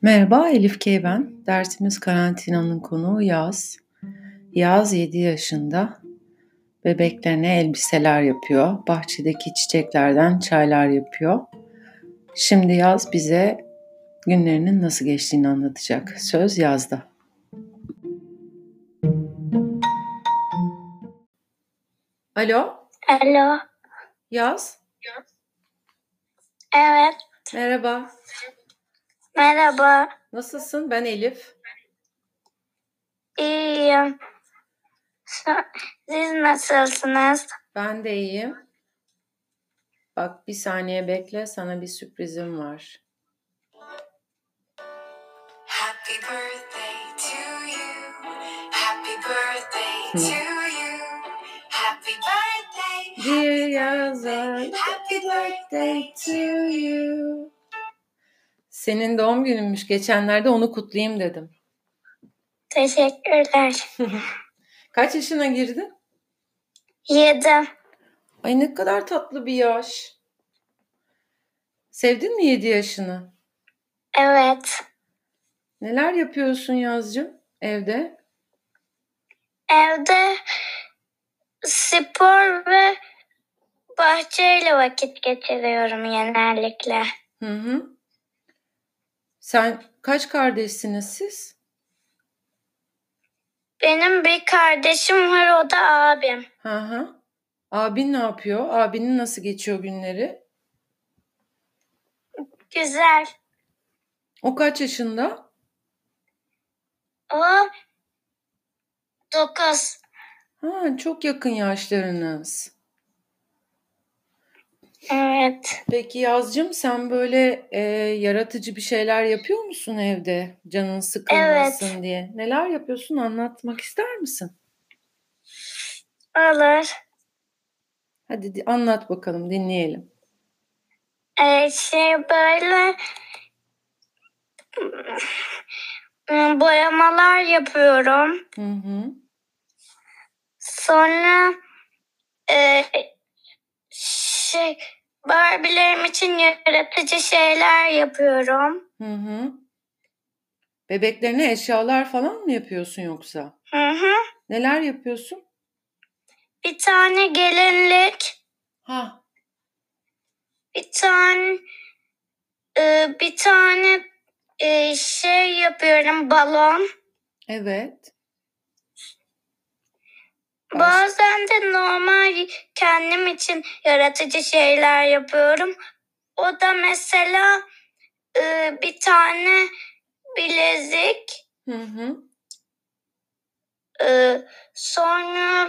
Merhaba, Elif K. ben. Dersimiz karantinanın konuğu Yaz. Yaz 7 yaşında. Bebeklerine elbiseler yapıyor. Bahçedeki çiçeklerden çaylar yapıyor. Şimdi Yaz bize günlerinin nasıl geçtiğini anlatacak. Söz Yaz'da. Alo, Alo, Yaz. evet, Merhaba. merhaba, Nasılsın? Ben Elif. iyiyim. Siz nasılsınız? Ben de iyiyim. Bak bir saniye bekle, sana bir sürprizim var. Happy birthday to you. Happy birthday to you. Happy birthday. Dear Yazar, Happy birthday to you. Senin doğum gününmüş. Geçenlerde onu kutlayayım dedim. Teşekkürler. Kaç yaşına girdin? 7. Ay ne kadar tatlı bir yaş. Sevdin mi 7 yaşını? Evet, Neler yapıyorsun Yazcığım evde? evde spor ve bahçeyle vakit geçiriyorum genellikle. Hı. Sen kaç kardeşsiniz siz? Benim bir kardeşim var, o da abim. Hı. Abin ne yapıyor? Abinin nasıl geçiyor günleri? Güzel. O kaç yaşında? O 9. Ha, çok yakın yaşlarınız. Evet, Peki Yazcığım sen böyle yaratıcı bir şeyler yapıyor musun evde? Canın sıkılmasın Evet. diye. Neler yapıyorsun? Anlatmak ister misin? olur. Hadi anlat bakalım dinleyelim. Böyle boyamalar yapıyorum. Hı. Sonra Barbie'lerim için yaratıcı şeyler yapıyorum. Hı. Bebeklerine eşyalar falan mı yapıyorsun yoksa? Hı. Neler yapıyorsun? Bir tane gelinlik, Ha, bir tane şey yapıyorum, balon. evet. Bazen de normal kendim için yaratıcı şeyler yapıyorum. O da mesela bir tane bilezik. Hı. Sonra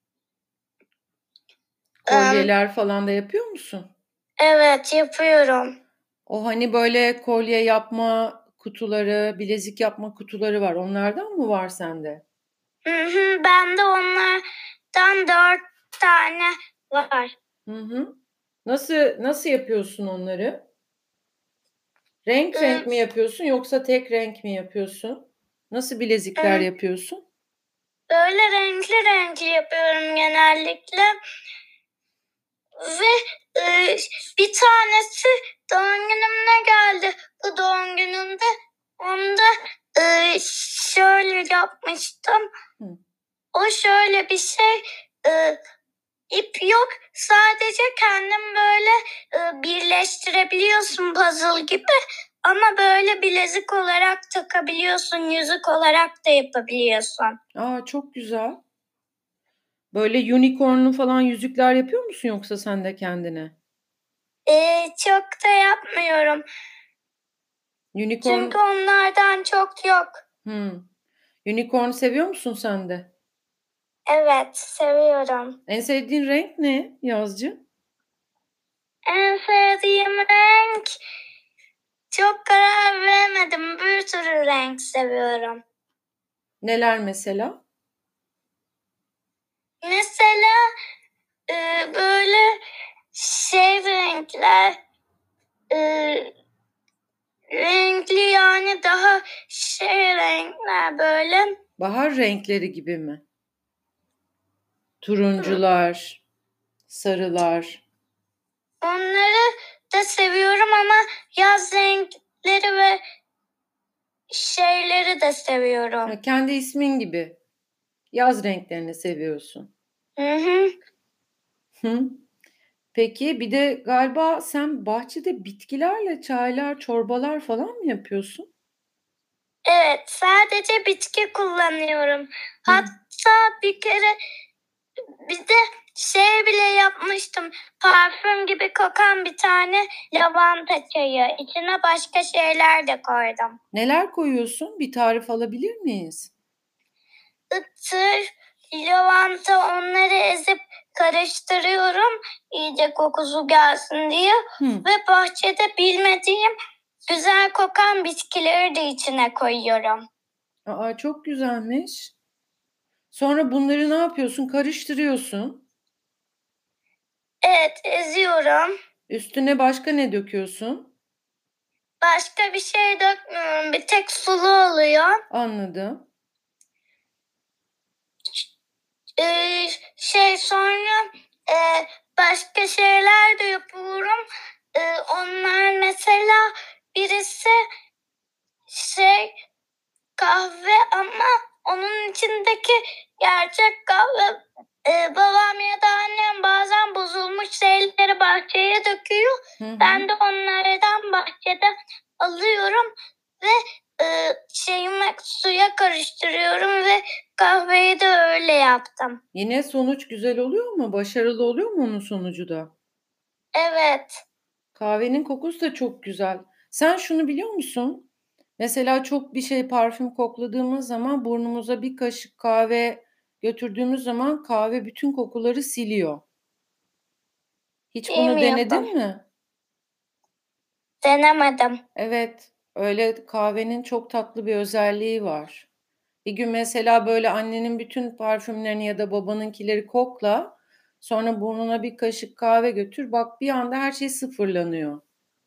Kolyeler falan da yapıyor musun? evet yapıyorum. O hani böyle kolye yapma kutuları, bilezik yapma kutuları var. Onlardan mı var sende? Bende onlardan 4 tane var. Hı. Nasıl yapıyorsun onları? Renk renk mi yapıyorsun yoksa tek renk mi yapıyorsun? Nasıl bilezikler yapıyorsun? Böyle renkli yapıyorum genellikle. Ve bir tanesi doğum günümde geldi. Bu doğum gününde onda şöyle yapmıştım. Hı. O şöyle bir şey, ip yok. Sadece kendin böyle birleştirebiliyorsun puzzle gibi. Ama böyle bilezik olarak takabiliyorsun, yüzük olarak da yapabiliyorsun. Aa çok güzel. Böyle unicornlu falan yüzükler yapıyor musun yoksa sen de kendine? Çok da yapmıyorum. Unicorn. Çünkü onlardan çok yok. Unicorn seviyor musun sen de? Evet, seviyorum. En sevdiğin renk ne Yazcı? En sevdiğim renk çok karar veremedim. Bir sürü renk seviyorum. Neler mesela? Mesela böyle renkler, renkli yani daha renkler böyle. Bahar renkleri gibi mi? Turuncular, sarılar. Onları da seviyorum ama yaz renkleri ve şeyleri de seviyorum. Ha, kendi ismin gibi. Yaz renklerini seviyorsun. Hı hı. Hı. Peki bir de galiba sen bahçede bitkilerle çaylar, çorbalar falan mı yapıyorsun? Evet, sadece bitki kullanıyorum. Hı. Hatta bir kere bir de şey bile yapmıştım. Parfüm gibi kokan bir tane lavanta çayı. İçine başka şeyler de koydum. Neler koyuyorsun? Bir tarif alabilir miyiz? Itır, lavanta, onları ezip karıştırıyorum. İyice kokusu gelsin diye. Hı. Ve bahçede bilmediğim güzel kokan bitkileri de içine koyuyorum. Aa, çok güzelmiş. Sonra bunları ne yapıyorsun? Karıştırıyorsun. Evet, eziyorum. Üstüne başka ne döküyorsun? Başka bir şey dökmüyorum. Bir tek sulu oluyor. Anladım. Sonra e, başka şeyler de yapıyorum. Onlar mesela birisi şey kahve ama onun içindeki gerçek kahve babam ya da annem bazen bozulmuş şeyleri bahçeye döküyor. Hı hı. Ben de onlardan bahçede alıyorum ve suya karıştırıyorum ve kahveyi de öyle yaptım. Yine sonuç güzel oluyor mu? Başarılı oluyor mu onun sonucu da? Evet. Kahvenin kokusu da çok güzel. Sen şunu biliyor musun? Mesela çok bir şey parfüm kokladığımız zaman burnumuza bir kaşık kahve götürdüğümüz zaman kahve bütün kokuları siliyor. Hiç bunu Bilmiyordum. denedin mi? Denemedim. Evet, öyle kahvenin çok tatlı bir özelliği var. Bir gün mesela böyle annenin bütün parfümlerini ya da babanınkileri kokla, sonra burnuna bir kaşık kahve götür, bak bir anda her şey sıfırlanıyor.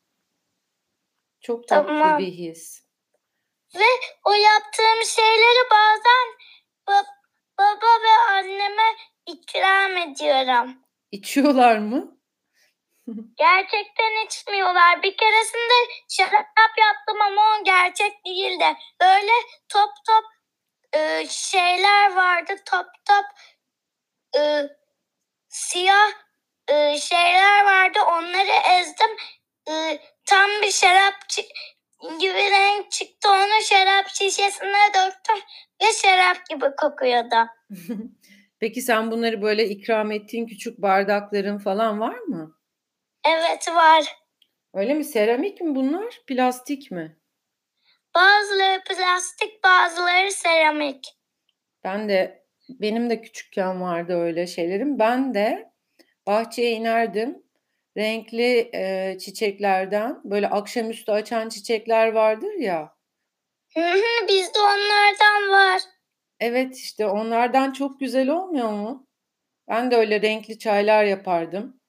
Çok tatlı bir Tamam. his. Ve o yaptığım şeyleri bazen baba ve anneme ikram ediyorum. İçiyorlar mı? Gerçekten içmiyorlar. Bir keresinde şarap yaptım ama o gerçek değildi. Böyle top top şeyler vardı. Top top e, siyah şeyler vardı. Onları ezdim. Tam bir şarap gibi renk çıktı. Onu şarap şişesine döktüm ve şarap gibi kokuyordu. Peki sen bunları böyle ikram ettiğin küçük bardakların falan var mı? Evet, var. Öyle mi? Seramik mi bunlar? Plastik mi? Bazıları plastik, bazıları seramik. Benim de küçükken vardı öyle şeylerim. Ben de bahçeye inerdim. Renkli çiçeklerden, böyle akşamüstü açan çiçekler vardır ya. Hı hı, bizde onlardan var. Evet işte onlardan çok güzel olmuyor mu? Ben de öyle renkli çaylar yapardım.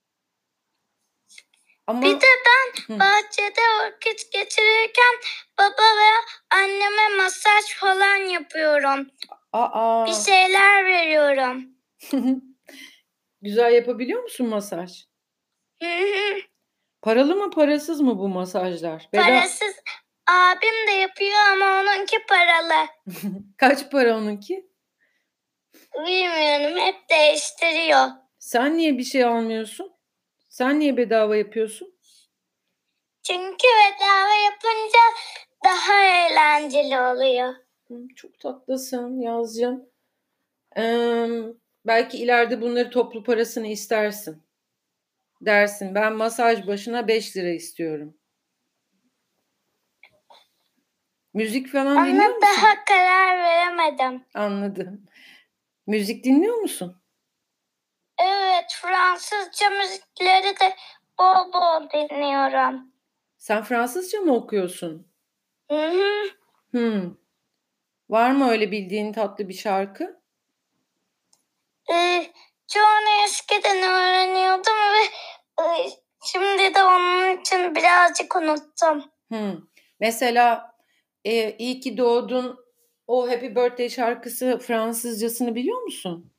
Bir Ama de ben hı, bahçede vakit geçirirken baba ve anneme masaj falan yapıyorum. Bir aa, şeyler veriyorum. güzel yapabiliyor musun masaj? Hı hı. Paralı mı parasız mı bu masajlar? Parasız abim de yapıyor ama onunki paralı. Kaç para onunki? Bilmiyorum, hep değiştiriyor. Sen niye bir şey almıyorsun? Sen niye bedava yapıyorsun? Çünkü bedava yapınca daha eğlenceli oluyor. Çok tatlısın Yazcığım. Belki ileride bunları toplu parasını istersin. Dersin ben masaj başına 5 lira istiyorum. Müzik falan dinliyor Ona musun? daha karar veremedim. Anladım. Müzik dinliyor musun? Evet, Fransızca müzikleri de bol bol dinliyorum. Sen Fransızca mı okuyorsun? Hı hı. Hmm. Var mı öyle bildiğin tatlı bir şarkı? Çoğunu eskiden öğreniyordum ve şimdi de onun için birazcık unuttum. Mesela iyi ki doğdun o Happy Birthday şarkısı Fransızcasını biliyor musun?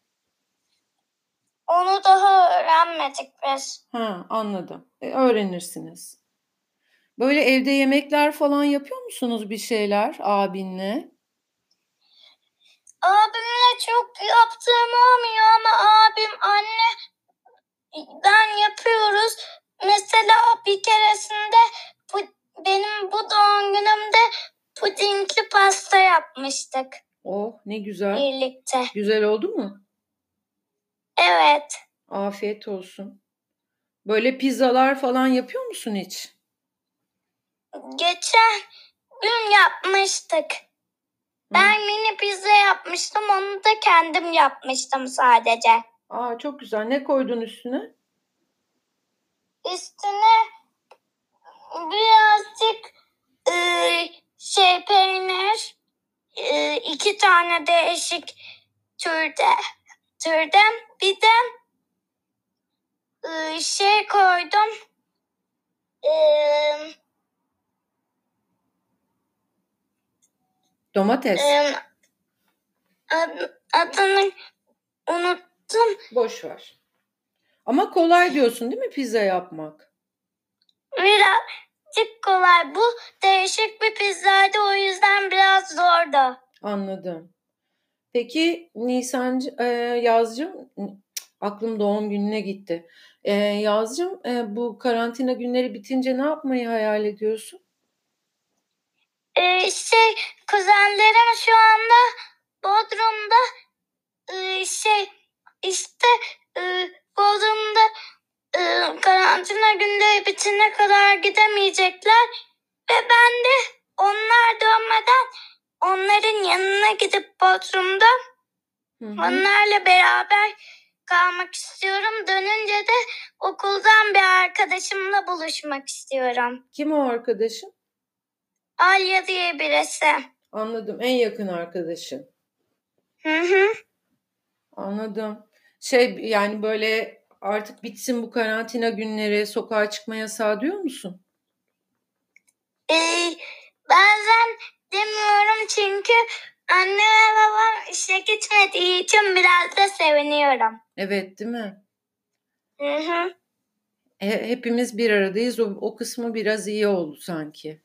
Onu daha öğrenmedik biz. Ha, anladım. Öğrenirsiniz. Böyle evde yemekler falan yapıyor musunuz bir şeyler abinle? Abimle çok yaptığım olmuyor ama abim anne ben yapıyoruz. Mesela bir keresinde benim bu doğum günümde pudingli pasta yapmıştık Oh ne güzel. birlikte. Güzel oldu mu? Evet. Afiyet olsun. Böyle pizzalar falan yapıyor musun hiç? Geçen gün yapmıştık. Ben mini pizza yapmıştım. Onu da kendim yapmıştım sadece. Aa çok güzel. Ne koydun üstüne? Üstüne birazcık peynir, 2 tane değişik türden bir de koydum. Domates. Adını unuttum. Boş ver. Ama kolay diyorsun değil mi pizza yapmak? Birazcık kolay. Bu değişik bir pizzaydı, o yüzden biraz zordu. Anladım. Peki Yazcığım, aklım doğum gününe gitti. Yazcığım, bu karantina günleri bitince ne yapmayı hayal ediyorsun? Kuzenlerim şu anda Bodrum'da işte Bodrum'da karantina günleri bitene kadar gidemeyecekler ve ben de onlar dönmeden onların yanına gidip Bodrum'da onlarla beraber kalmak istiyorum. Dönünce de okuldan bir arkadaşımla buluşmak istiyorum. Kim o arkadaşın? Alya diye birisi. Anladım. En yakın arkadaşın. Hı. Anladım. Yani böyle artık bitsin bu karantina günleri, sokağa çıkma yasağı diyor musun? Bazen demiyorum çünkü anne ve babam işe gitmediği için biraz da seviniyorum. Evet, değil mi? Hı. Hepimiz bir aradayız. O kısmı biraz iyi oldu sanki.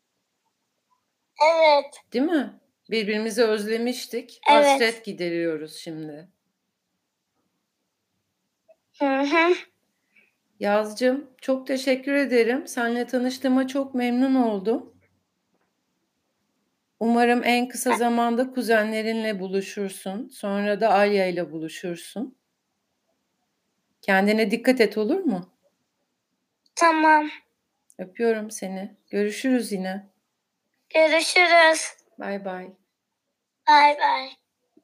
Evet. Değil mi? Birbirimizi özlemiştik. Evet. Hasret gideriyoruz şimdi. Hı. Yazcığım, çok teşekkür ederim. Seninle tanıştığıma çok memnun oldum. Umarım en kısa zamanda kuzenlerinle buluşursun. Sonra da Alya ile buluşursun. Kendine dikkat et, olur mu? Tamam. Öpüyorum seni. Görüşürüz yine. Görüşürüz. Bay bay. Bay bay.